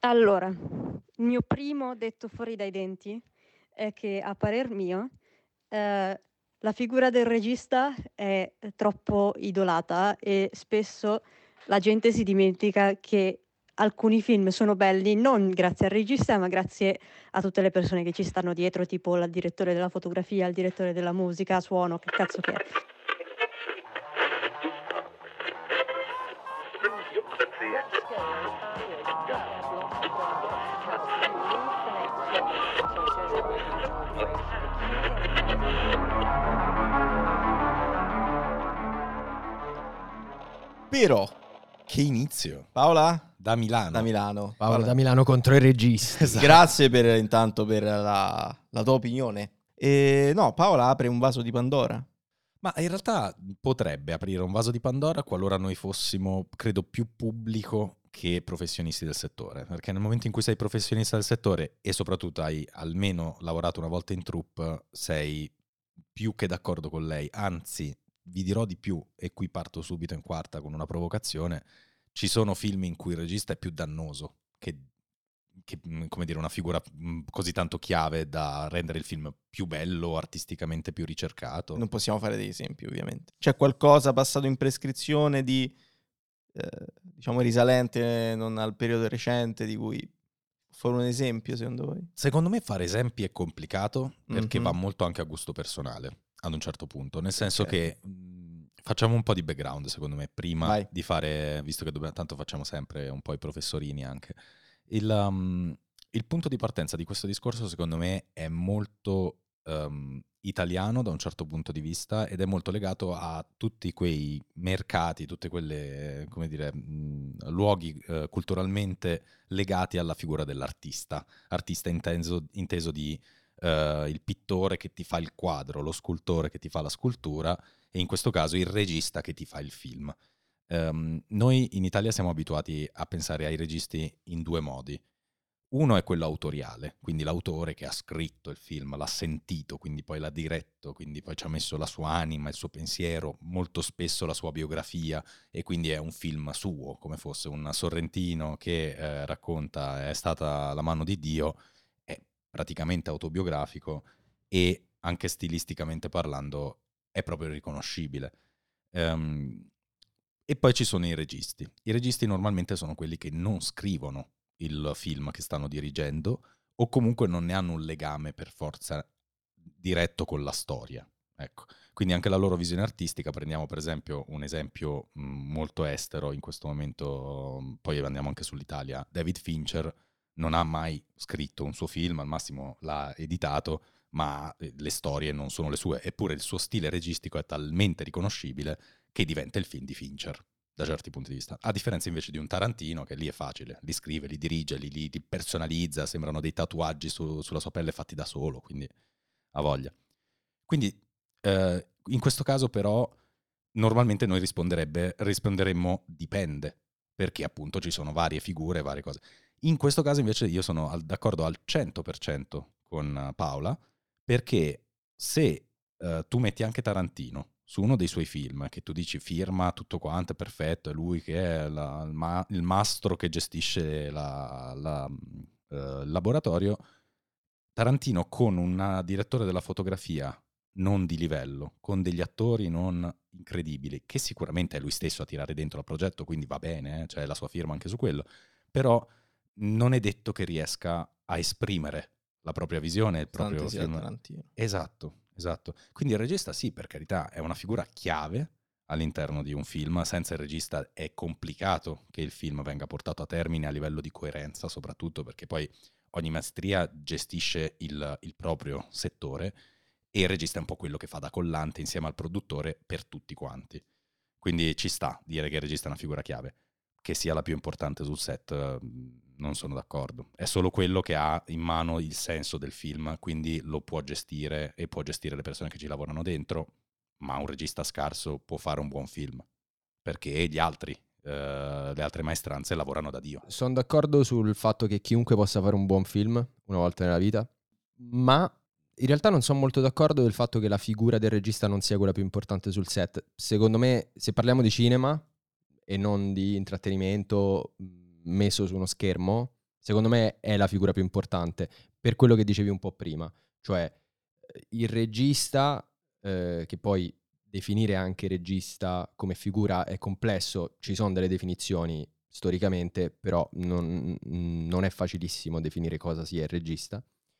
Allora, il mio primo detto fuori dai denti è che a parer mio, la figura del regista è troppo idolata e spesso la gente si dimentica che alcuni film sono belli non grazie al regista, ma grazie a tutte le persone che ci stanno dietro, tipo al direttore della fotografia, al direttore della musica, suono, che cazzo che è. Però, Che inizio! Paola? Da Milano. Da Milano. Paolo Paola, da Milano contro i registi. Esatto. grazie intanto per la tua opinione. E no, Paola apre un vaso di Pandora. Ma in realtà potrebbe aprire un vaso di Pandora qualora noi fossimo, credo, più pubblico che professionisti del settore. Perché nel momento in cui sei professionista del settore e soprattutto hai almeno lavorato una volta in troupe, sei più che d'accordo con lei. Anzi, vi dirò di più, e qui parto subito in quarta con una provocazione. Ci sono film in cui il regista è più dannoso che come dire, una figura così tanto chiave da rendere il film più bello, artisticamente più ricercato. Non possiamo fare degli esempi, ovviamente. C'è qualcosa passato in prescrizione di, diciamo, risalente non al periodo recente di cui fare un esempio, secondo voi? Secondo me fare esempi è complicato perché Mhm. va molto anche a gusto personale, ad un certo punto. Nel senso Ok. che facciamo un po' di background, secondo me, prima Vai. di fare, visto che tanto facciamo sempre un po' i professorini anche. Il punto di partenza di questo discorso, secondo me, è molto italiano da un certo punto di vista ed è molto legato a tutti quei mercati, tutte quelle, come dire, luoghi culturalmente legati alla figura dell'artista. Artista inteso di il pittore che ti fa il quadro, lo scultore che ti fa la scultura e in questo caso il regista che ti fa il film. Noi in Italia siamo abituati a pensare ai registi in due modi. Uno è quello autoriale, quindi l'autore che ha scritto il film, l'ha sentito, quindi poi l'ha diretto, quindi poi ci ha messo la sua anima, il suo pensiero, molto spesso la sua biografia e quindi è un film suo, come fosse un Sorrentino che racconta è stata la mano di Dio, è praticamente autobiografico e anche stilisticamente parlando è proprio riconoscibile. Ehm, e poi ci sono i registi. I registi normalmente sono quelli che non scrivono il film che stanno dirigendo o comunque non ne hanno un legame per forza diretto con la storia. Ecco. Quindi anche la loro visione artistica, prendiamo per esempio un esempio molto estero in questo momento, poi andiamo anche sull'Italia, David Fincher non ha mai scritto un suo film, al massimo l'ha editato, ma le storie non sono le sue, eppure il suo stile registico è talmente riconoscibile che diventa il film di Fincher da certi punti di vista. A differenza invece di un Tarantino che lì è facile, li scrive, li dirige, li personalizza, sembrano dei tatuaggi sulla sua pelle fatti da solo, quindi ha voglia. Quindi in questo caso però normalmente noi risponderemmo dipende, perché appunto ci sono varie figure, varie cose. In questo caso invece io sono d'accordo al 100% con Paola, perché se tu metti anche Tarantino su uno dei suoi film, che tu dici firma tutto quanto, è perfetto, è lui che è il mastro che gestisce il laboratorio, Tarantino con un direttore della fotografia non di livello, con degli attori non incredibili, che sicuramente è lui stesso a tirare dentro al progetto, quindi va bene, c'è la sua firma anche su quello, però non è detto che riesca a esprimere la propria visione, il proprio Nonostante sia film. Tarantino. Esatto, esatto. Quindi il regista sì, per carità, è una figura chiave all'interno di un film. Senza il regista è complicato che il film venga portato a termine a livello di coerenza, soprattutto perché poi ogni maestria gestisce il proprio settore e il regista è un po' quello che fa da collante insieme al produttore per tutti quanti. Quindi ci sta dire che il regista è una figura chiave. Che sia la più importante sul set, non sono d'accordo. È solo quello che ha in mano il senso del film, quindi lo può gestire e può gestire le persone che ci lavorano dentro, ma un regista scarso può fare un buon film, perché gli altri, le altre maestranze lavorano da Dio. Sono d'accordo sul fatto che chiunque possa fare un buon film una volta nella vita, ma in realtà non sono molto d'accordo del fatto che la figura del regista non sia quella più importante sul set. Secondo me, se parliamo di cinema e non di intrattenimento messo su uno schermo, secondo me è la figura più importante, per quello che dicevi un po' prima, cioè il regista, che poi definire anche regista come figura è complesso, ci sono delle definizioni storicamente, però non è facilissimo definire cosa sia il regista.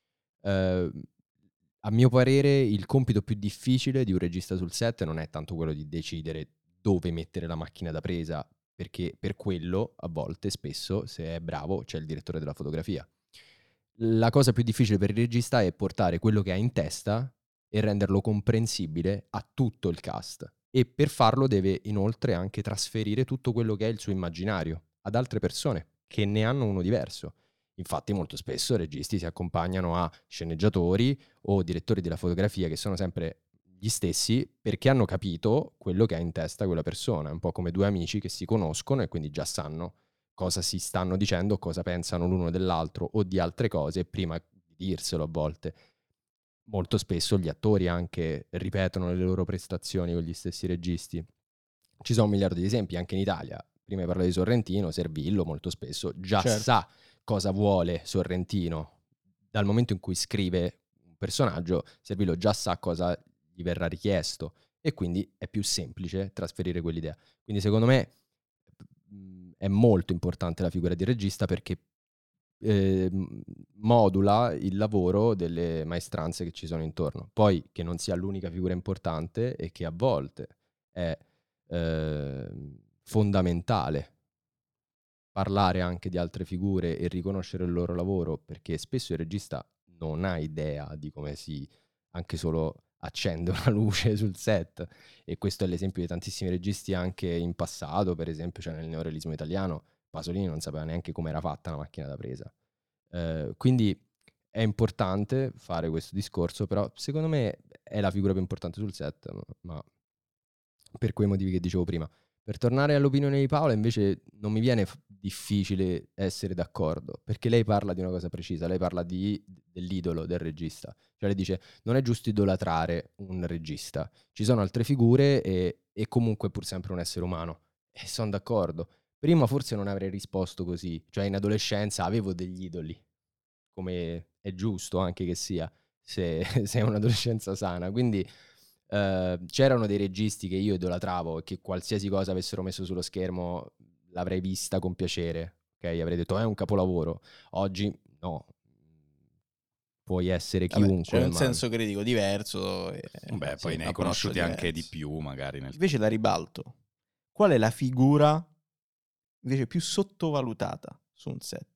A mio parere il compito più difficile di un regista sul set non è tanto quello di decidere dove mettere la macchina da presa, perché per quello a volte, spesso, se è bravo, c'è il direttore della fotografia. La cosa più difficile per il regista è portare quello che ha in testa e renderlo comprensibile a tutto il cast. E per farlo deve inoltre anche trasferire tutto quello che è il suo immaginario ad altre persone che ne hanno uno diverso. Infatti molto spesso i registi si accompagnano a sceneggiatori o direttori della fotografia che sono sempre gli stessi perché hanno capito quello che ha in testa quella persona. È un po' come due amici che si conoscono e quindi già sanno cosa si stanno dicendo, cosa pensano l'uno dell'altro o di altre cose prima di dirselo a volte. Molto spesso gli attori anche ripetono le loro prestazioni con gli stessi registi. Ci sono un miliardo di esempi anche in Italia. Prima hai parlato di Sorrentino, Servillo molto spesso già sa cosa vuole Sorrentino. Dal momento in cui scrive un personaggio, Servillo già sa cosa gli verrà richiesto e quindi è più semplice trasferire quell'idea. Quindi secondo me è molto importante la figura di regista perché modula il lavoro delle maestranze che ci sono intorno. Poi che non sia l'unica figura importante e che a volte è fondamentale parlare anche di altre figure e riconoscere il loro lavoro, perché spesso il regista non ha idea di come si anche solo accende una luce sul set, e questo è l'esempio di tantissimi registi anche in passato, per esempio cioè nel neorealismo italiano Pasolini non sapeva neanche come era fatta una macchina da presa. Quindi è importante fare questo discorso, però secondo me è la figura più importante sul set, ma per quei motivi che dicevo prima. Per tornare all'opinione di Paola, invece, non mi viene difficile essere d'accordo, perché lei parla di una cosa precisa, lei parla dell'idolo del regista. Cioè lei dice, non è giusto idolatrare un regista, ci sono altre figure e comunque è pur sempre un essere umano. E sono d'accordo. Prima forse non avrei risposto così, cioè in adolescenza avevo degli idoli, come è giusto anche che sia, se è un'adolescenza sana, quindi c'erano dei registi che io idolatravo e che qualsiasi cosa avessero messo sullo schermo l'avrei vista con piacere, ok? Avrei detto è un capolavoro. Oggi no, puoi essere chiunque. C'è un senso critico diverso. Beh, poi ne hai conosciuti anche di più magari. Invece la ribalto. Qual è la figura invece più sottovalutata su un set?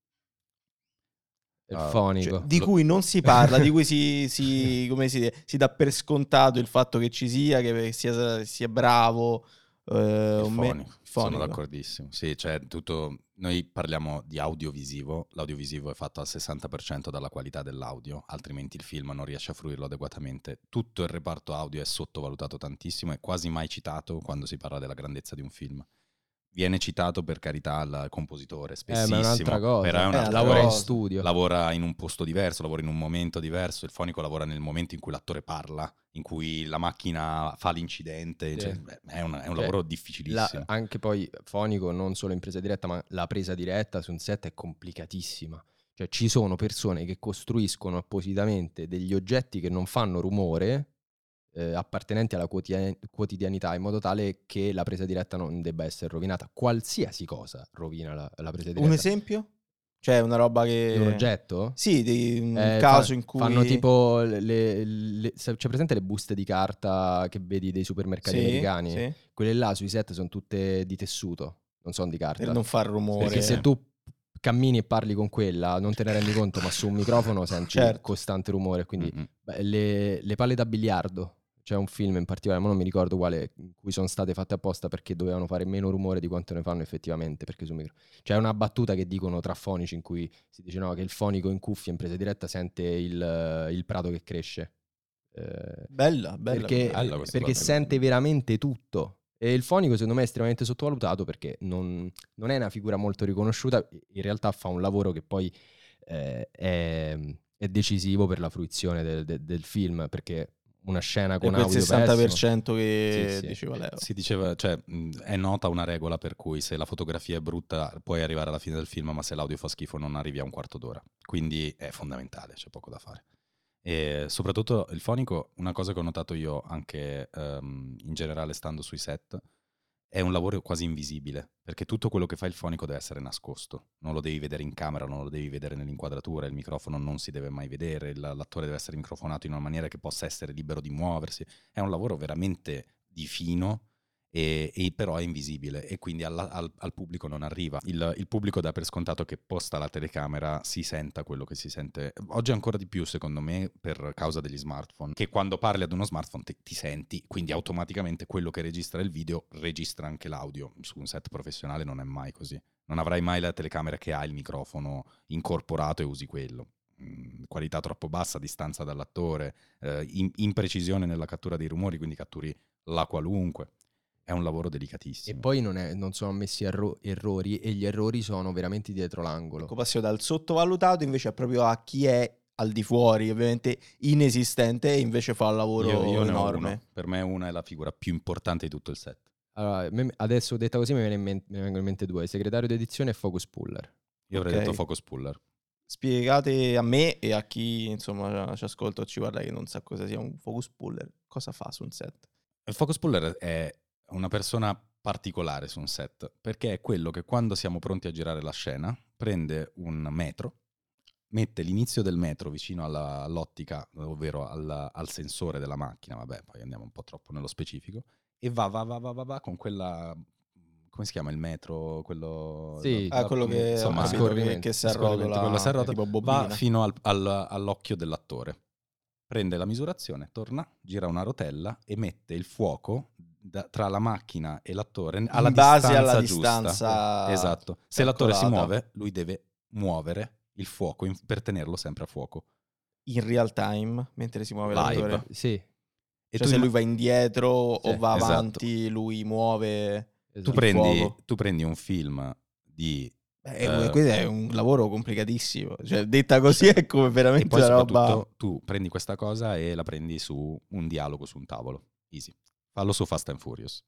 Il fonico. Cioè, di cui non si parla, di cui si dà per scontato il fatto che ci sia, che sia bravo. Il fonico. Sono d'accordissimo. Sì, cioè noi parliamo di audiovisivo, l'audiovisivo è fatto al 60% dalla qualità dell'audio, altrimenti il film non riesce a fruirlo adeguatamente. Tutto il reparto audio è sottovalutato tantissimo e quasi mai citato quando si parla della grandezza di un film. Viene citato per carità il compositore, spessissimo. Ma è un'altra cosa. Però è un'altra lavora cosa. in studio. Lavora in un posto diverso, lavora in un momento diverso. Il fonico lavora nel momento in cui l'attore parla, in cui la macchina fa l'incidente. Sì. Cioè, è un lavoro difficilissimo. Anche poi fonico non solo in presa diretta, ma la presa diretta su un set è complicatissima. Cioè ci sono persone che costruiscono appositamente degli oggetti che non fanno rumore, appartenenti alla quotidianità, in modo tale che la presa diretta non debba essere rovinata. Qualsiasi cosa rovina la presa diretta. Un esempio? Cioè una roba che... Di un oggetto? Sì, di un caso in cui... Fanno tipo c'è presente le buste di carta che vedi dei supermercati americani? Sì. Quelle là sui set sono tutte di tessuto, non sono di carta. Per non far rumore. Perché se tu cammini e parli con quella non te ne rendi conto, ma su un microfono senti costante rumore. Quindi le palle da biliardo, c'è un film in particolare, ma non mi ricordo quale, in cui sono state fatte apposta perché dovevano fare meno rumore di quanto ne fanno effettivamente, perché su c'è una battuta che dicono tra fonici in cui si dice no, che il fonico in cuffia in presa diretta sente il prato che cresce. Bella perché sente veramente tutto. E il fonico secondo me è estremamente sottovalutato perché non è una figura molto riconosciuta, in realtà fa un lavoro che poi è decisivo per la fruizione del film, perché una scena E con quel audio 60% che Sì, sì. diceva Leo. Si diceva, cioè, è nota una regola per cui se la fotografia è brutta puoi arrivare alla fine del film, ma se l'audio fa schifo non arrivi a un quarto d'ora. Quindi è fondamentale, c'è poco da fare. E soprattutto il fonico, una cosa che ho notato io anche in generale stando sui set, è un lavoro quasi invisibile, perché tutto quello che fa il fonico deve essere nascosto. Non lo devi vedere in camera, non lo devi vedere nell'inquadratura, il microfono non si deve mai vedere, l'attore deve essere microfonato in una maniera che possa essere libero di muoversi. È un lavoro veramente di fino, e però è invisibile e quindi al pubblico non arriva. Il pubblico dà per scontato che posta la telecamera si senta quello che si sente. Oggi ancora di più, secondo me, per causa degli smartphone, che quando parli ad uno smartphone ti senti, quindi automaticamente quello che registra il video registra anche l'audio. Su un set professionale non è mai così. Non avrai mai la telecamera che ha il microfono incorporato e usi quello. Qualità troppo bassa, distanza dall'attore, imprecisione nella cattura dei rumori, quindi catturi la qualunque. È un lavoro E delicatissimo. poi non sono ammessi errori, e gli errori sono veramente dietro l'angolo. Ecco, passiamo dal sottovalutato invece proprio a chi è al di fuori, ovviamente inesistente, e invece fa un lavoro Io ne ho enorme. uno. Per me una è la figura più importante di tutto il set. Allora, adesso detta così mi vengono in mente due: segretario d'edizione e focus puller. Io avrei Ok. detto focus puller. Spiegate a me e a chi insomma ci ascolta o ci guarda che non sa cosa sia un focus puller, cosa fa su un set. Il focus puller è una persona particolare su un set, perché è quello che quando siamo pronti a girare la scena prende un metro, mette l'inizio del metro vicino all'ottica, ovvero al sensore della macchina, vabbè, poi andiamo un po' troppo nello specifico, e va con quella, come si chiama il metro? Quello, Sì. Quello che, insomma, ho capito, scorrimento. che si scorrimento, quello si arrotola arrotola, tipo bobina. va fino all'occhio dell'attore. Prende la misurazione, torna, gira una rotella e mette il fuoco tra la macchina e l'attore alla in base distanza alla giusta. distanza Esatto. Se l'attore si calcolata. muove, lui deve muovere il fuoco per tenerlo sempre a fuoco. in real time mentre si muove Live. l'attore. Sì. E Cioè se lui va indietro Sì, o va esatto. avanti, lui muove esatto. fuoco. tu prendi un film di... Questo è un lavoro complicatissimo. Cioè, detta così è come E veramente poi una soprattutto roba. tu prendi questa cosa e la prendi su un dialogo su un tavolo. Easy. Fallo su Fast and Furious.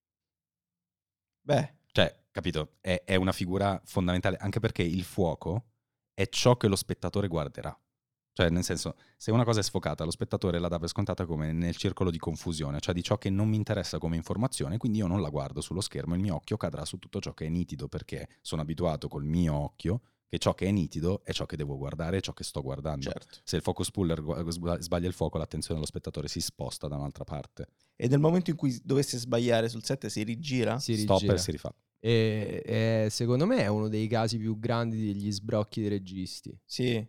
Beh, Cioè, capito? È una figura fondamentale, anche perché il fuoco è ciò che lo spettatore guarderà. Cioè, nel senso, se una cosa è sfocata, lo spettatore la dà per scontata come nel circolo di confusione, cioè di ciò che non mi interessa come informazione, quindi io non la guardo sullo schermo, il mio occhio cadrà su tutto ciò che è nitido, perché sono abituato col mio occhio che ciò che è nitido è ciò che devo guardare, è ciò che sto guardando. certo. Se il focus puller sbaglia il fuoco, l'attenzione dello spettatore si sposta da un'altra parte. E nel momento in cui dovesse sbagliare sul set si rigira? Si Stop rigira. e si rifà. E secondo me è uno dei casi più grandi degli sbrocchi dei registi. Sì.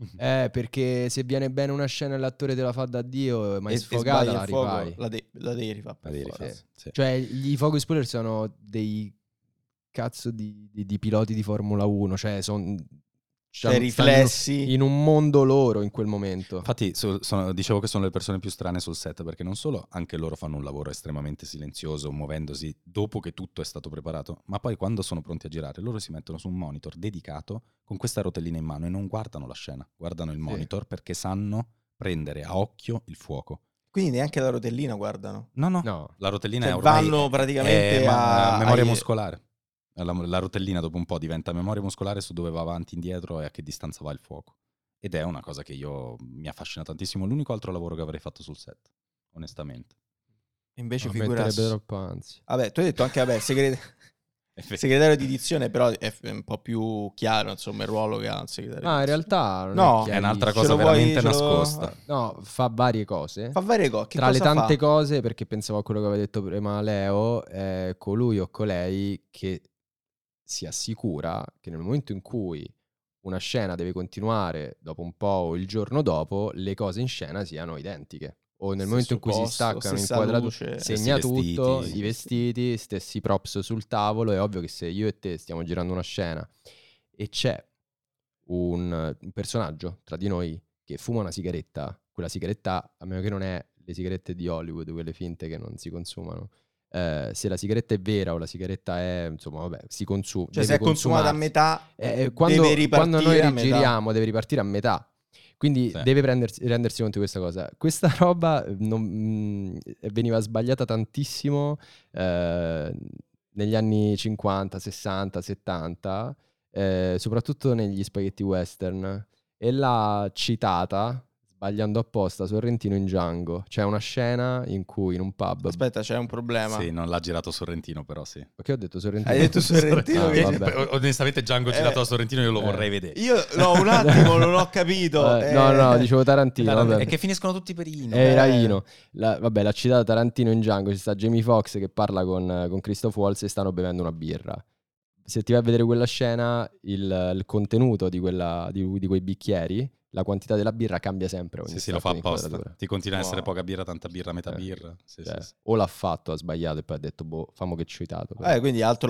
Perché se viene bene una scena e l'attore te la fa da Dio, ma è E sfogata, sbaglia la il fuoco, rifai. la devi rifare per La devi forza. rifare, sì. Cioè, gli focus puller sono dei cazzo di piloti di Formula 1. Cioè, Cioè, riflessi. in un mondo loro in quel momento. Infatti dicevo che sono le persone più strane sul set, perché non solo anche loro fanno un lavoro estremamente silenzioso, muovendosi dopo che tutto è stato preparato, ma poi quando sono pronti a girare loro si mettono su un monitor dedicato con questa rotellina in mano e non guardano la scena, guardano il monitor perché sanno prendere a occhio il fuoco. Quindi neanche la rotellina guardano. No. La rotellina Cioè, è ormai vanno praticamente a memoria muscolare. La rotellina dopo un po' diventa memoria muscolare su dove va avanti, indietro e a che distanza va il fuoco. Ed è una cosa che mi affascina tantissimo. L'unico altro lavoro che avrei fatto sul set, onestamente. Invece No, figura. metterebbe troppo ansia. Vabbè, tu hai detto anche, vabbè, segretario di edizione, però è un po' più chiaro, insomma, il ruolo che ha un segretario. Ma in di realtà non No, È un'altra Ce cosa lo vuoi- veramente ce lo- nascosta. No, fa varie cose. Fa varie cose. Che Tra le cosa tante fa? cose, perché pensavo a quello che aveva detto prima Leo, è colui o colei che si assicura che nel momento in cui una scena deve continuare dopo un po' o il giorno dopo, le cose in scena siano identiche. O nel momento in cui si posto, staccano, stessa inquadrature, luce, segna stessi tutto, vestiti. i vestiti, stessi props sul tavolo. È ovvio che se io e te stiamo girando una scena e c'è un personaggio tra di noi che fuma una sigaretta, quella sigaretta, a meno che non è le sigarette di Hollywood, quelle finte che non si consumano, se la sigaretta è vera o la sigaretta è, insomma, vabbè, si consuma. Cioè, se è consumata a metà, quando deve ripartire noi a metà. rigiriamo, deve ripartire a metà. Quindi Sì. deve rendersi conto di questa cosa. Questa roba veniva sbagliata tantissimo negli anni 50, 60, 70, soprattutto negli spaghetti western. E l'ha citata, sbagliando apposta, Sorrentino in Django. C'è una scena in cui in un pub... Aspetta, c'è un problema. Sì, non l'ha girato Sorrentino, però sì. Che ho detto Sorrentino? Hai detto Sorrentino Ah, che... vabbè. Onestamente Django girato a Sorrentino io lo vorrei vedere. Io no, un attimo non ho capito. No, dicevo Tarantino. Vabbè. È che finiscono tutti per Ino. Era Ino. Vabbè, l'ha citata Tarantino in Django. Ci sta Jamie Foxx che parla con Christoph Waltz e stanno bevendo una birra. Se ti vai a vedere quella scena, il contenuto di quei bicchieri, la quantità della birra cambia sempre ogni Sì, lo fa tratto di apposta. inquadratura. Ti continua a essere Wow. poca birra, tanta birra, metà birra. Sì, Cioè, sì. o l'ha fatto, ha sbagliato e poi ha detto, boh, famo che ci ho citato. Quindi altro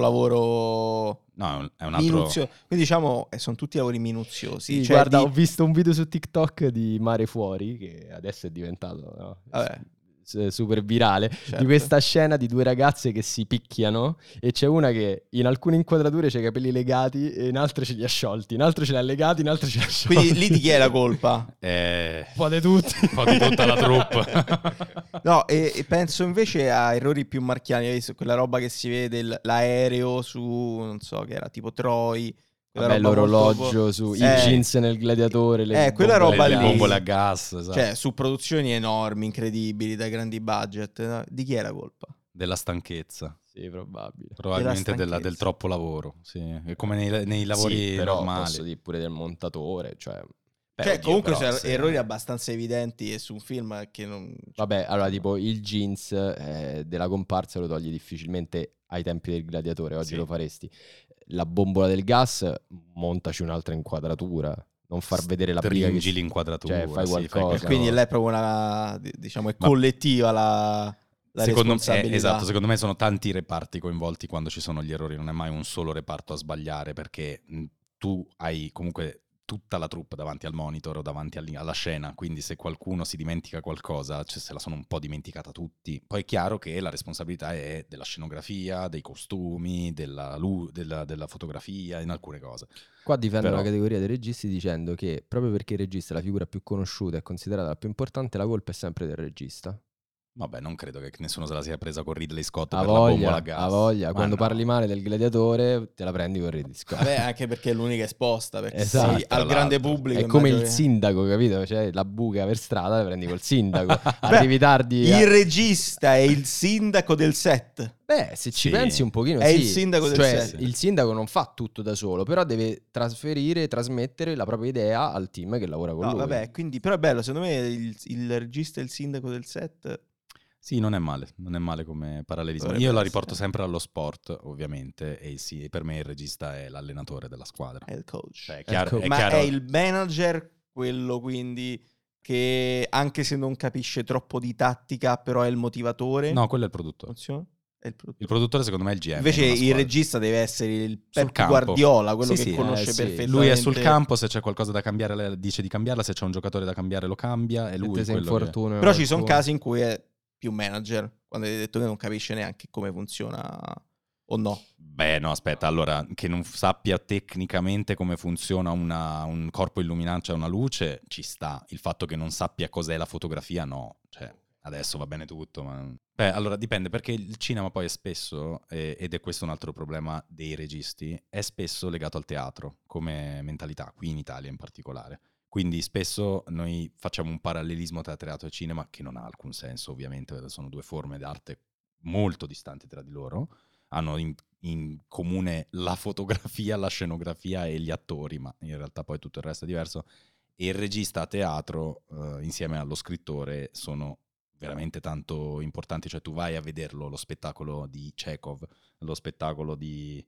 lavoro No, è un altro... minuzioso. Quindi diciamo sono tutti lavori minuziosi. Sì, Cioè guarda, di- ho visto un video su TikTok di Mare Fuori, che adesso è diventato Vabbè. super virale, Certo. di questa scena di due ragazze che si picchiano e c'è una che in alcune inquadrature c'ha i capelli legati e in altre ce li ha sciolti, in altre ce li ha legati, in altre ce li ha sciolti. Quindi lì di chi è la colpa? Un po' di tutti. Un po' di tutta la troupe. No, e penso invece a errori più marchiani. Hai visto quella roba che si vede, l'aereo su, non so, che era tipo Troy. quella Vabbè, roba l'orologio molto- su i Eh, jeans nel gladiatore, quella bombole roba le lì. bombole a gas, esatto. Cioè, su produzioni enormi, incredibili, dai grandi budget. No? Di chi è la colpa? Della stanchezza. Sì, probabile. Probabilmente Della del stanchezza. troppo lavoro. Sì. È come nei lavori Sì, però normali. posso dire pure del montatore, cioè... Beh, Cioè, oddio, comunque però, sono se- errori abbastanza evidenti e su un film che non... Vabbè, allora tipo il jeans della comparsa lo togli difficilmente ai tempi del gladiatore, oggi Sì. lo faresti. La bombola del gas, montaci un'altra inquadratura, non far vedere la briga che... Stringi l'inquadratura. Cioè, fai sì, qualcosa. Quindi lei è proprio una... diciamo, è Ma- collettiva la Secondo responsabilità. esatto, secondo me sono tanti reparti coinvolti quando ci sono gli errori, non è mai un solo reparto a sbagliare perché tu hai comunque tutta la troupe davanti al monitor o davanti alla scena, quindi se qualcuno si dimentica qualcosa, cioè se la sono un po' dimenticata tutti. Poi è chiaro che la responsabilità è della scenografia, dei costumi, della fotografia, in alcune cose. Qua difendo Però- la categoria dei registi dicendo che proprio perché il regista è la figura più conosciuta e considerata la più importante, la colpa è sempre del regista. Vabbè, non credo che nessuno se la sia presa con Ridley Scott A per la bombola voglia, a gas. a voglia. Ma Quando no. parli male del gladiatore, te la prendi con Ridley Scott. Vabbè, anche perché è l'unica esposta, perché Esatto, sì, tra al grande l'altro. pubblico... È come il immagino che- sindaco, capito? Cioè, la buca per strada la prendi col sindaco. Arrivi tardi. Il regista è il sindaco del set. Beh, se ci Sì. pensi un pochino, È sì. il sindaco del Cioè, set. il sindaco non fa tutto da solo, però deve trasmettere la propria idea al team che lavora con No, lui. vabbè, quindi, però è bello, secondo me il regista è il sindaco del set. Sì, non è male come parallelismo. Dovrebbe Io la essere. riporto sempre allo sport, ovviamente, e sì, per me il regista è l'allenatore della squadra. È il coach. Cioè, è chiaro, Ecco. è Ma chiaro- è il manager quello quindi che anche se non capisce troppo di tattica, però è il motivatore? No, quello è il produttore. Funziona? È il produttore. Il produttore secondo me è il GM. Invece in una il squadra. regista deve essere il Sul Pep campo. Guardiola, quello Sì, che sì, conosce sì. perfettamente. Lui è sul campo, se c'è qualcosa da cambiare dice di cambiarla, se c'è un giocatore da cambiare lo cambia, è Se lui te sei quello che... infortunio, Però ci sono qualcuno- casi in cui è più manager, quando hai detto che non capisce neanche come funziona o no. Beh, no, aspetta, allora, che non sappia tecnicamente come funziona un corpo illuminato, cioè una luce, ci sta. Il fatto che non sappia cos'è la fotografia, no. Cioè, adesso va bene tutto, ma... Beh, allora dipende, perché il cinema poi è spesso, ed è questo un altro problema dei registi, è spesso legato al teatro, come mentalità, qui in Italia in particolare. Quindi spesso noi facciamo un parallelismo tra teatro e cinema che non ha alcun senso, ovviamente, perché sono due forme d'arte molto distanti tra di loro, hanno in comune la fotografia, la scenografia e gli attori, ma in realtà poi tutto il resto è diverso. E il regista a teatro, insieme allo scrittore, sono veramente tanto importanti. Cioè tu vai a vederlo, lo spettacolo di Chekhov, lo spettacolo di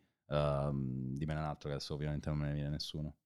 me ne un altro, che adesso ovviamente non me ne viene nessuno.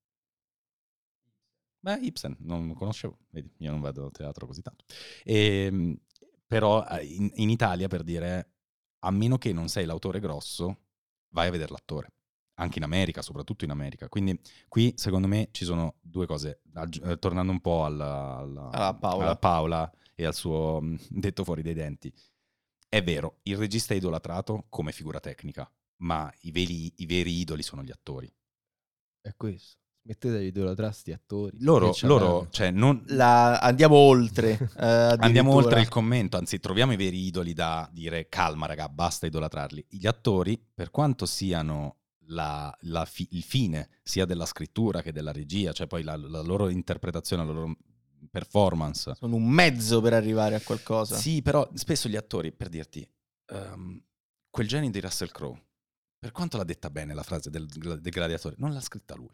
Beh, Ibsen, non lo conoscevo, vedi, io non vado a teatro così tanto. Però in Italia, per dire, a meno che non sei l'autore grosso, vai a vedere l'attore. Anche in America, soprattutto in America. Quindi qui, secondo me, ci sono due cose. Tornando un po' alla Paola e al suo detto fuori dai denti. È vero, il regista è idolatrato come figura tecnica, ma i veri idoli sono gli attori. È questo. Mettetevi a idolatrare sti attori. Loro, Che c'hanno- cioè, non, Andiamo oltre. andiamo addirittura. oltre il commento, anzi troviamo i veri idoli da dire calma raga, basta idolatrarli. Gli attori, per quanto siano il fine sia della scrittura che della regia, cioè poi la loro interpretazione, la loro performance. Sono un mezzo per arrivare a qualcosa. Sì, però spesso gli attori, per dirti, quel genio di Russell Crowe, per quanto l'ha detta bene la frase del gladiatore, non l'ha scritta lui.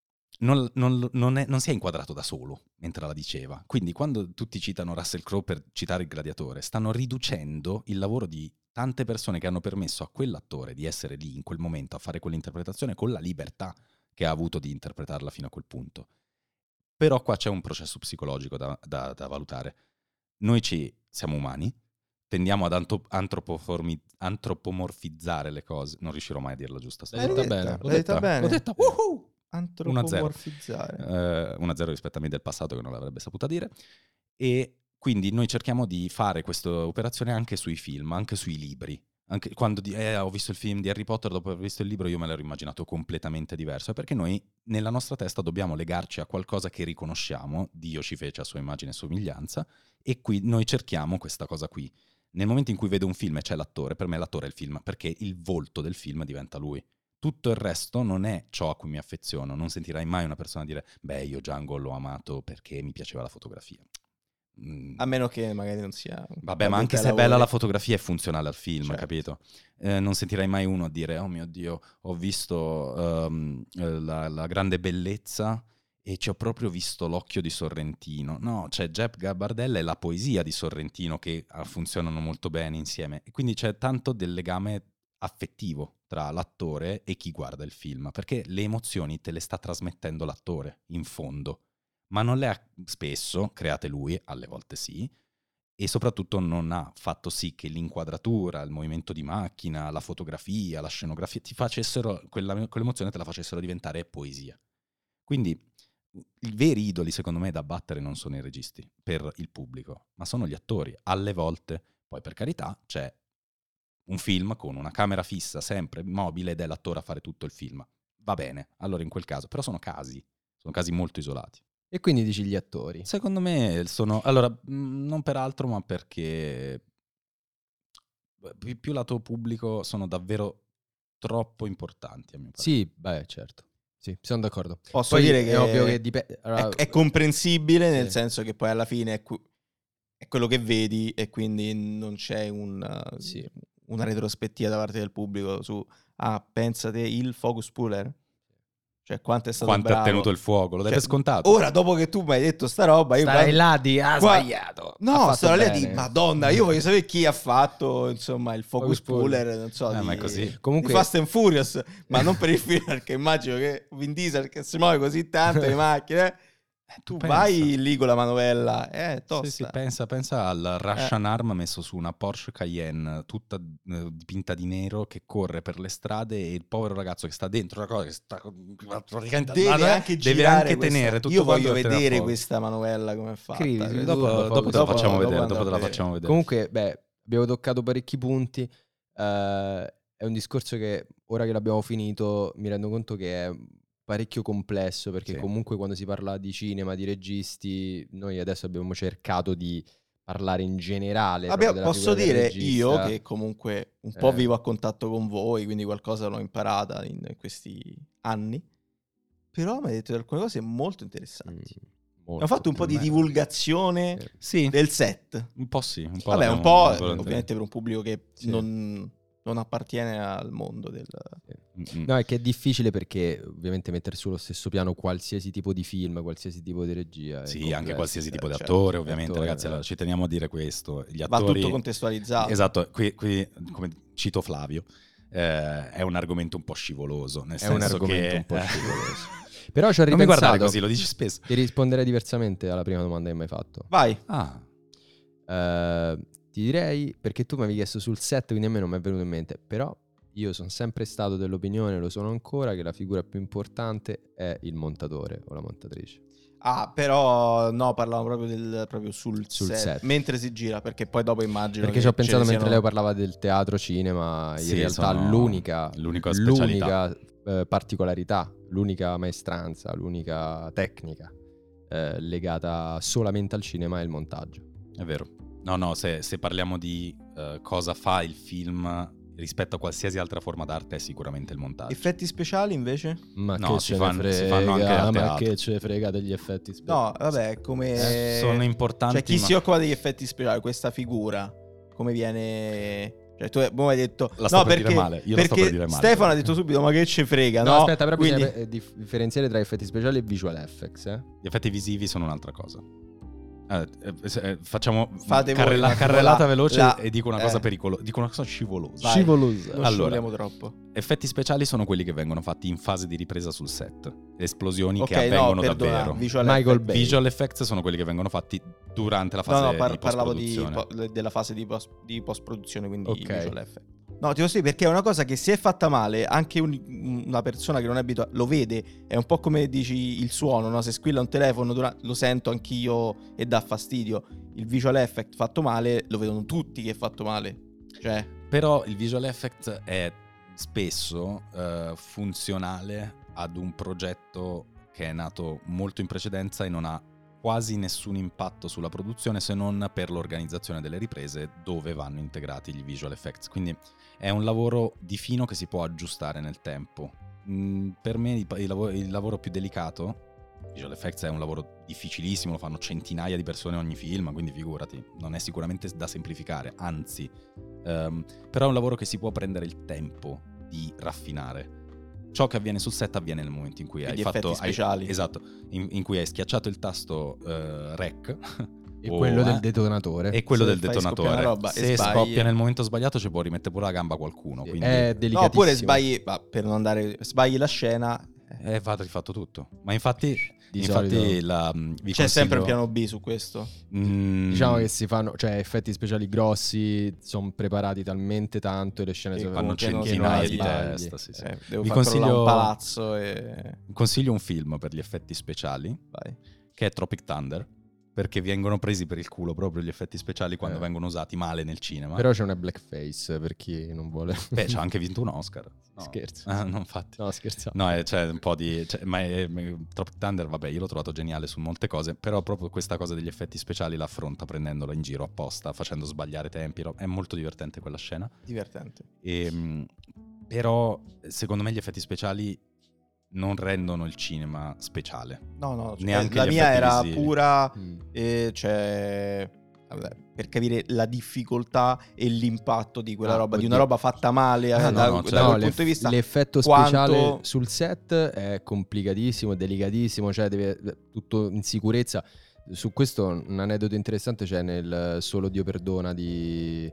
Non si è inquadrato da solo mentre la diceva. Quindi quando tutti citano Russell Crowe per citare il gladiatore, stanno riducendo il lavoro di tante persone che hanno permesso a quell'attore di essere lì in quel momento a fare quell'interpretazione con la libertà che ha avuto di interpretarla fino a quel punto. Però qua c'è un processo psicologico da valutare. Noi siamo umani, tendiamo ad antropomorfizzare le cose. Non riuscirò mai a dirla giusta. L'hai detta bene. L'hai detta bene. L'ho detta. Antropomorfizzare. 1-0 rispetto a me del passato che non l'avrebbe saputa dire. E quindi noi cerchiamo di fare questa operazione anche sui film, anche sui libri. Anche quando ho visto il film di Harry Potter, dopo aver visto il libro io me l'ero immaginato completamente diverso. È perché noi nella nostra testa dobbiamo legarci a qualcosa che riconosciamo, Dio ci fece a sua immagine e somiglianza, e qui noi cerchiamo questa cosa qui. Nel momento in cui vedo un film e c'è l'attore, per me l'attore è il film, perché il volto del film diventa lui. Tutto il resto non è ciò a cui mi affeziono. Non sentirai mai una persona dire beh, io Django l'ho amato perché mi piaceva la fotografia. A meno che magari non sia... Vabbè, ma anche se è bella la fotografia è funzionale al film, certo. capito? Non sentirai mai uno a dire oh mio Dio, ho visto la grande bellezza e ci ho proprio visto l'occhio di Sorrentino. No, c'è Jep Gabardella e la poesia di Sorrentino che funzionano molto bene insieme. E quindi c'è tanto del legame affettivo tra l'attore e chi guarda il film, perché le emozioni te le sta trasmettendo l'attore, in fondo. Ma non le ha spesso create lui, alle volte sì, e soprattutto non ha fatto sì che l'inquadratura, il movimento di macchina, la fotografia, la scenografia ti facessero, quell'emozione te la facessero diventare poesia. Quindi i veri idoli secondo me da battere non sono i registi per il pubblico, ma sono gli attori. Alle volte, poi per carità, c'è un film con una camera fissa sempre immobile ed è l'attore a fare tutto il film. Va bene, allora in quel caso, però sono casi molto isolati. E quindi dici gli attori. Secondo me sono... Allora, non per altro, ma perché più lato pubblico sono davvero troppo importanti a mio parere. Sì, beh, certo. Sì, sono d'accordo. Posso Poi dire è che ovvio che dipende. è comprensibile, nel Sì. senso che poi alla fine è quello che vedi e quindi non c'è Sì. una retrospettiva da parte del pubblico su pensate il focus puller. Cioè quanto è stato Quanto bravo. ha tenuto il fuoco, lo deve scontato. Ora, dopo che tu mi hai detto sta roba, io Starai là di sbagliato. Ha No, fatto stavo lì bene. di Madonna, io voglio sapere chi ha fatto, insomma, il focus puller, non so, ma è così. Comunque, di Fast and Furious, ma non per il film, perché immagino che Vin Diesel che si muove così tanto le macchine, tu pensa. vai lì con la manovella, tosta. Sì, pensa al Russian Arm messo su una Porsche Cayenne tutta dipinta di nero che corre per le strade e il povero ragazzo che sta dentro una cosa che sta praticamente deve anche tenere tutto. Io voglio quanto vedere fuori. questa manovella come è fatta. Scrivi, Dopo te la facciamo vedere, andrò dopo te la a vedere. facciamo vedere. Comunque, beh, abbiamo toccato parecchi punti. È un discorso che ora che l'abbiamo finito mi rendo conto che è parecchio complesso, perché Sì. comunque quando si parla di cinema, di registi, noi adesso abbiamo cercato di parlare in generale. proprio della Posso figura del dire regista. io che comunque un po' vivo a contatto con voi, quindi qualcosa l'ho imparata in questi anni, però mi hai detto alcune cose molto interessanti. Abbiamo fatto un po' di divulgazione Sì, del set. un po' sì. Un po' Vabbè, un l'abbiamo po' ovviamente per un pubblico che Sì. non appartiene al mondo del... No, è che è difficile perché ovviamente mettere sullo stesso piano qualsiasi tipo di film, qualsiasi tipo di regia. è Sì, complesso. anche qualsiasi tipo di certo. attore, ovviamente, Attore, ragazzi. Allora, ci teniamo a dire questo. Gli Va attori... tutto contestualizzato. Esatto, qui come cito Flavio, è un argomento un po' scivoloso. Nel È un senso argomento che, un po' scivoloso. Però ci ho non mi guardare ripensato. così, lo dici spesso. Ti risponderei diversamente alla prima domanda che mi hai fatto. Vai. Ti direi, perché tu mi avevi chiesto sul set, quindi a me non mi è venuto in mente, però io sono sempre stato dell'opinione, lo sono ancora, che la figura più importante è il montatore o la montatrice. Però no, parlavo proprio sul Sul set, set. mentre si gira, perché poi dopo immagino Perché che ci ho pensato ce ne mentre siano- lei parlava del teatro cinema, in Sì, realtà sono l'unica l'unica specialità. particolarità, l'unica maestranza, l'unica tecnica legata solamente al cinema è il montaggio. È vero. No, se parliamo di cosa fa il film rispetto a qualsiasi altra forma d'arte, è sicuramente il montaggio. Effetti speciali invece? Ma No, che si fanno anche al ma teatro. che ce ne frega degli effetti speciali? No, vabbè, come... Sono importanti. Cioè, chi si occupa degli effetti speciali, questa figura, come viene... Cioè, tu hai detto... La sto per dire male. Io la sto per dire male. Stefano ha detto subito, ma che ce frega, no? Aspetta, però Quindi... bisogna differenziare tra effetti speciali e visual effects, Gli effetti visivi sono un'altra cosa. Facciamo Fate carrellata veloce e dico una cosa pericolosa, dico una cosa scivolosa. Non scivoliamo troppo. Effetti speciali sono quelli che vengono fatti in fase di ripresa sul set, esplosioni che avvengono davvero. Visual effects sono quelli che vengono fatti durante la fase di post-produzione. Parlavo della fase di post-produzione, quindi visual effect. No, ti posso dire perché è una cosa che se è fatta male, anche una persona che non è abituata lo vede. È un po' come dici il suono, no? Se squilla un telefono lo sento anch'io e dà fastidio. Il visual effect fatto male lo vedono tutti che è fatto male. Cioè. Però il visual effect è spesso funzionale ad un progetto che è nato molto in precedenza e non ha quasi nessun impatto sulla produzione, se non per l'organizzazione delle riprese dove vanno integrati gli visual effects. Quindi è un lavoro di fino che si può aggiustare nel tempo. Per me il lavoro più delicato, visual effects è un lavoro difficilissimo, lo fanno centinaia di persone ogni film, quindi figurati, non è sicuramente da semplificare, anzi, però è un lavoro che si può prendere il tempo di raffinare. Ciò che avviene sul set avviene nel momento in cui hai fatto speciali. Esatto, in cui hai schiacciato il tasto rec e quello del detonatore. E quello del detonatore. Roba, se scoppia nel momento sbagliato ci può rimettere pure la gamba a qualcuno. Quindi... È delicatissimo. No, oppure sbagli, per non andare, sbagli la scena. Va rifatto tutto. Ma infatti vi c'è sempre un piano B su questo. Diciamo che si fanno, cioè effetti speciali grossi sono preparati talmente tanto e le scene fanno centinaia di testa. Sì. Devo fare un palazzo consiglio un film per gli effetti speciali. Vai. Che è Tropic Thunder, perché vengono presi per il culo proprio gli effetti speciali quando vengono usati male nel cinema. Però c'è una blackface per chi non vuole. Beh, c'ha anche vinto un Oscar. No. Scherzo. No, infatti. No, scherzavo. No, c'è un po' di... Tropic Thunder, vabbè, io l'ho trovato geniale su molte cose, però proprio questa cosa degli effetti speciali la affronta prendendolo in giro apposta, facendo sbagliare tempi. È molto divertente quella scena. Divertente. Però, secondo me, gli effetti speciali non rendono il cinema speciale. No, neanche la mia era visivi. Pura cioè per capire la difficoltà e l'impatto di quella roba, di una roba fatta male da quel punto di vista. L'effetto speciale sul set è complicatissimo, delicatissimo, cioè deve tutto in sicurezza. Su questo un aneddoto interessante c'è nel Solo Dio perdona di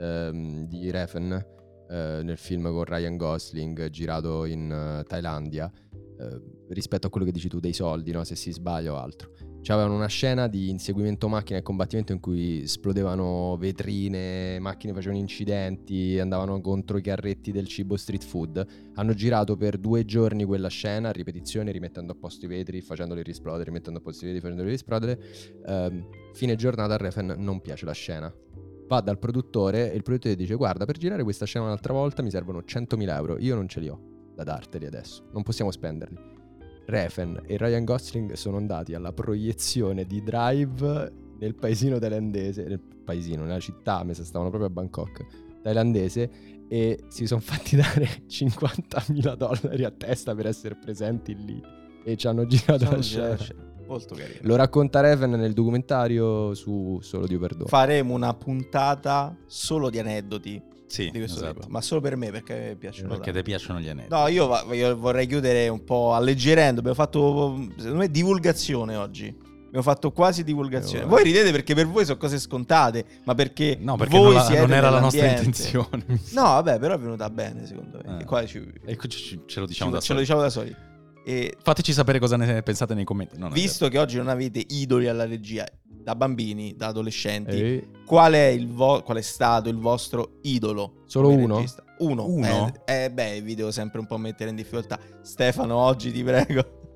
Refn, nel film con Ryan Gosling girato in Thailandia, rispetto a quello che dici tu dei soldi, no? Se si sbaglia o altro. C'avevano una scena di inseguimento macchina e combattimento in cui esplodevano vetrine, macchine facevano incidenti, andavano contro i carretti del cibo street food. Hanno girato per 2 giorni quella scena a ripetizione, rimettendo a posto i vetri, facendoli risplodere, rimettendo a posto i vetri, facendoli risplodere. Fine giornata a Refn non piace la scena. Va dal produttore e il produttore dice: guarda, per girare questa scena un'altra volta mi servono 100.000 euro, io non ce li ho da darteli adesso, non possiamo spenderli. Refn e Ryan Gosling sono andati alla proiezione di Drive nel paesino thailandese, nella città, stavano proprio a Bangkok, thailandese, e si sono fatti dare $50.000 a testa per essere presenti lì e ci hanno girato la scena. Molto carino. Lo racconta Refn nel documentario su Solo Dio perdona. Faremo una puntata solo di aneddoti. Sì, di questo esatto. tipo. Ma solo per me, perché mi piacciono. Perché ti piacciono gli aneddoti. No, io vorrei chiudere un po' alleggerendo. Abbiamo fatto, secondo me, divulgazione oggi. Abbiamo fatto quasi divulgazione. Voi ridete perché per voi sono cose scontate, ma perché voi siete non era la nostra nell'ambiente. intenzione. No, vabbè, però è venuta bene, secondo me. E qua ce lo diciamo da soli. Ce lo diciamo da soli. E fateci sapere cosa ne pensate nei commenti. Visto che oggi non avete idoli alla regia, da bambini, da adolescenti, qual è stato il vostro idolo? Solo uno? Regista? Uno? Beh, vi devo sempre un po' mettere in difficoltà. Stefano, oggi ti prego.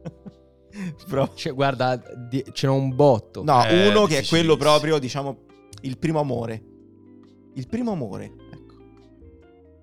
Guarda, ce n'ho un botto. No, uno che è quello proprio, diciamo, il primo amore. Il primo amore, ecco.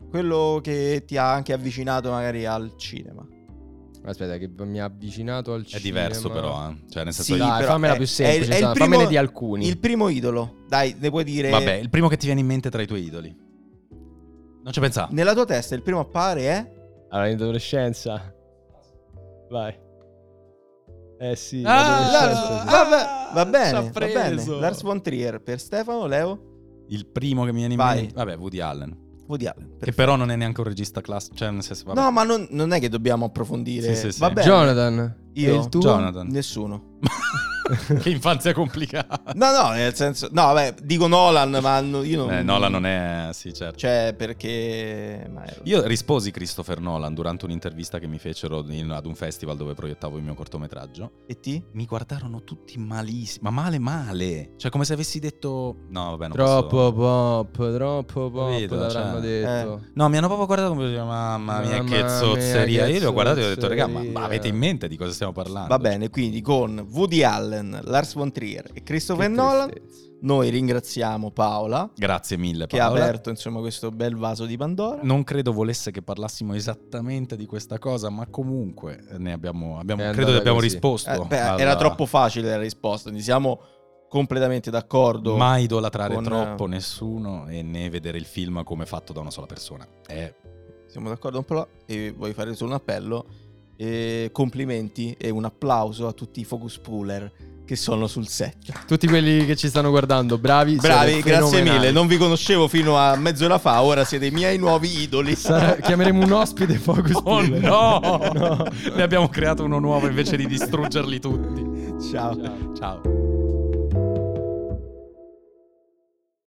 quello che ti ha anche avvicinato magari al cinema. Aspetta, che mi ha avvicinato al cinema. È diverso però, Cioè, nel senso Sì, che... Dai, però fammela più semplice, fammene di alcuni. Il primo idolo, dai, ne puoi dire... Vabbè, il primo che ti viene in mente tra i tuoi idoli. Non ci pensa. Nella tua testa il primo a appare è... Allora, in adolescenza. Vai. Sì. Va bene, ci ha va preso. bene. Lars von Trier per Stefano, Leo? Il primo che mi viene in Vai. mente... Vabbè, Woody Allen. Woody Allen. Che però non è neanche un regista classico. Cioè, nel senso, vabbè. No, ma non è che dobbiamo approfondire. Sì, sì. Va bene. Jonathan. Io? E il tuo? Jonathan. Nessuno. Che infanzia complicata. No, nel senso... No, vabbè, dico Nolan, ma io non... Nolan non è... Sì, certo. Cioè, perché... Io risposi Christopher Nolan durante un'intervista che mi fecero ad un festival dove proiettavo il mio cortometraggio. E ti? Mi guardarono tutti malissimo. Ma male. Cioè, come se avessi detto... No, vabbè, non Troppo posso... pop, Capito, l'avranno detto. No, mi hanno proprio guardato come dire, mamma mia, che zozzeria. Io li ho guardati e ho detto, raga, ma avete in mente di cosa stiamo parlando? Va bene, quindi con Woody Allen, Lars von Trier e Christopher Nolan noi ringraziamo Paola. Grazie mille, che Paola. Ha aperto insomma questo bel vaso di Pandora. Non credo volesse che parlassimo esattamente di questa cosa, ma comunque ne abbiamo credo che abbiamo risposto. Era troppo facile la risposta, quindi siamo completamente d'accordo. Mai idolatrare troppo nessuno e né vedere il film come fatto da una sola persona. Siamo d'accordo un po' là, e voglio fare solo un appello. Complimenti e un applauso a tutti i focus puller che sono sul set. Tutti quelli che ci stanno guardando, bravi, grazie mille. Non vi conoscevo fino a mezz'ora fa, ora siete i miei nuovi idoli. Chiameremo un ospite focus puller. No. Ne abbiamo creato uno nuovo invece di distruggerli tutti. Ciao. Ciao.